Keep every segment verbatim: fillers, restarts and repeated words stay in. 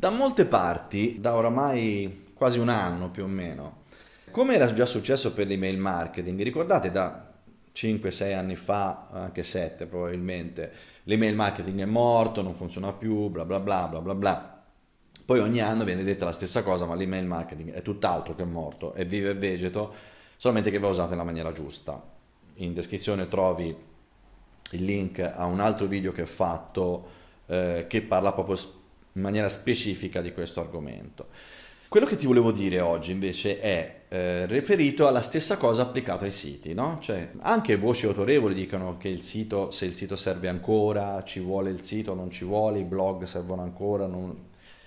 da molte parti, da oramai quasi un anno più o meno, come era già successo per l'email marketing, vi ricordate da cinque sei anni fa, anche sette probabilmente, l'email marketing è morto, non funziona più, bla bla bla bla bla bla. Poi ogni anno viene detta la stessa cosa, ma l'email marketing è tutt'altro che morto, è vivo e vegeto, solamente che va usato nella maniera giusta. In descrizione trovi il link a un altro video che ho fatto eh, che parla proprio s- in maniera specifica di questo argomento. Quello che ti volevo dire oggi invece è eh, riferito alla stessa cosa applicato ai siti, no? Cioè, anche voci autorevoli dicono che il sito, se il sito serve ancora, ci vuole il sito, non ci vuole, i blog servono ancora. non-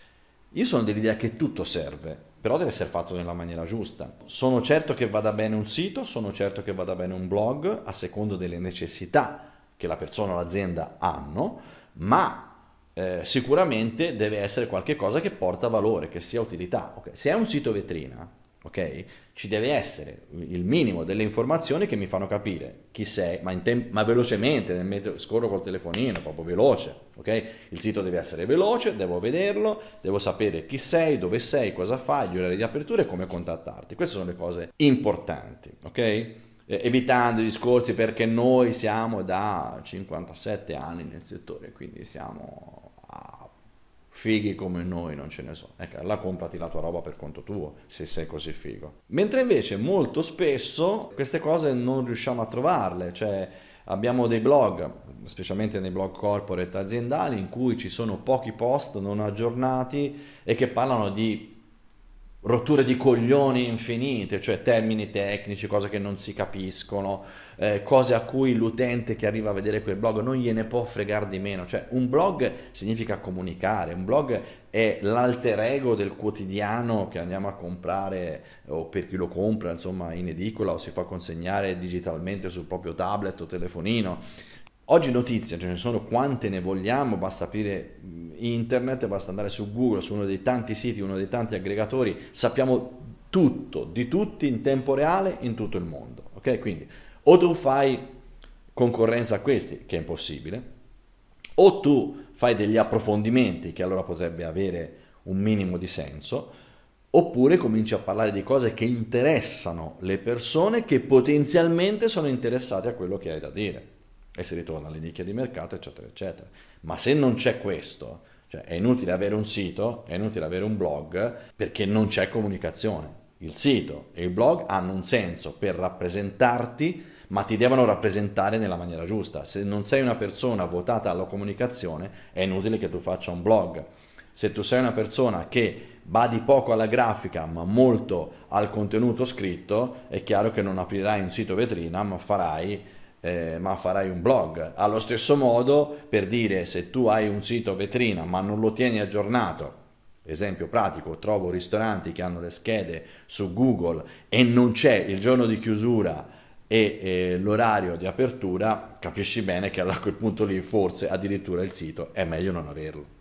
Io sono dell'idea che tutto serve, però deve essere fatto nella maniera giusta. Sono certo che vada bene un sito, sono certo che vada bene un blog, a secondo delle necessità che la persona o l'azienda hanno, ma eh, sicuramente deve essere qualcosa che porta valore, che sia utilità. Ok? Se è un sito vetrina, ok? Ci deve essere il minimo delle informazioni che mi fanno capire chi sei, ma, in tem- ma velocemente, nel metro- scorro col telefonino, proprio veloce, ok? Il sito deve essere veloce, devo vederlo, devo sapere chi sei, dove sei, cosa fai, gli orari di apertura e come contattarti. Queste sono le cose importanti, ok? Eh, evitando i discorsi perché noi siamo da cinquantasette anni nel settore, quindi siamo a fighi come noi, non ce ne so. Ecco, allora comprati la tua roba per conto tuo, se sei così figo. Mentre invece molto spesso queste cose non riusciamo a trovarle, cioè abbiamo dei blog, specialmente nei blog corporate aziendali, in cui ci sono pochi post non aggiornati e che parlano di rotture di coglioni infinite, cioè termini tecnici, cose che non si capiscono, eh, cose a cui l'utente che arriva a vedere quel blog non gliene può fregare di meno. Cioè un blog significa comunicare, un blog è l'alter ego del quotidiano che andiamo a comprare o per chi lo compra, insomma, in edicola o si fa consegnare digitalmente sul proprio tablet o telefonino. Oggi notizie, ce ne sono quante ne vogliamo, basta aprire internet, basta andare su Google, su uno dei tanti siti, uno dei tanti aggregatori, sappiamo tutto, di tutti in tempo reale in tutto il mondo, ok? Quindi o tu fai concorrenza a questi, che è impossibile, o tu fai degli approfondimenti, che allora potrebbe avere un minimo di senso, oppure cominci a parlare di cose che interessano le persone che potenzialmente sono interessate a quello che hai da dire. E si ritorna alle nicchie di mercato, eccetera, eccetera. Ma se non c'è questo, cioè è inutile avere un sito, è inutile avere un blog, perché non c'è comunicazione. Il sito e il blog hanno un senso per rappresentarti, ma ti devono rappresentare nella maniera giusta. Se non sei una persona votata alla comunicazione, è inutile che tu faccia un blog. Se tu sei una persona che badi poco alla grafica ma molto al contenuto scritto, è chiaro che non aprirai un sito vetrina, ma farai, eh, ma farai un blog. Allo stesso modo, per dire, se tu hai un sito vetrina ma non lo tieni aggiornato, esempio pratico, trovo ristoranti che hanno le schede su Google e non c'è il giorno di chiusura e eh, l'orario di apertura, capisci bene che a quel punto lì forse addirittura il sito è meglio non averlo.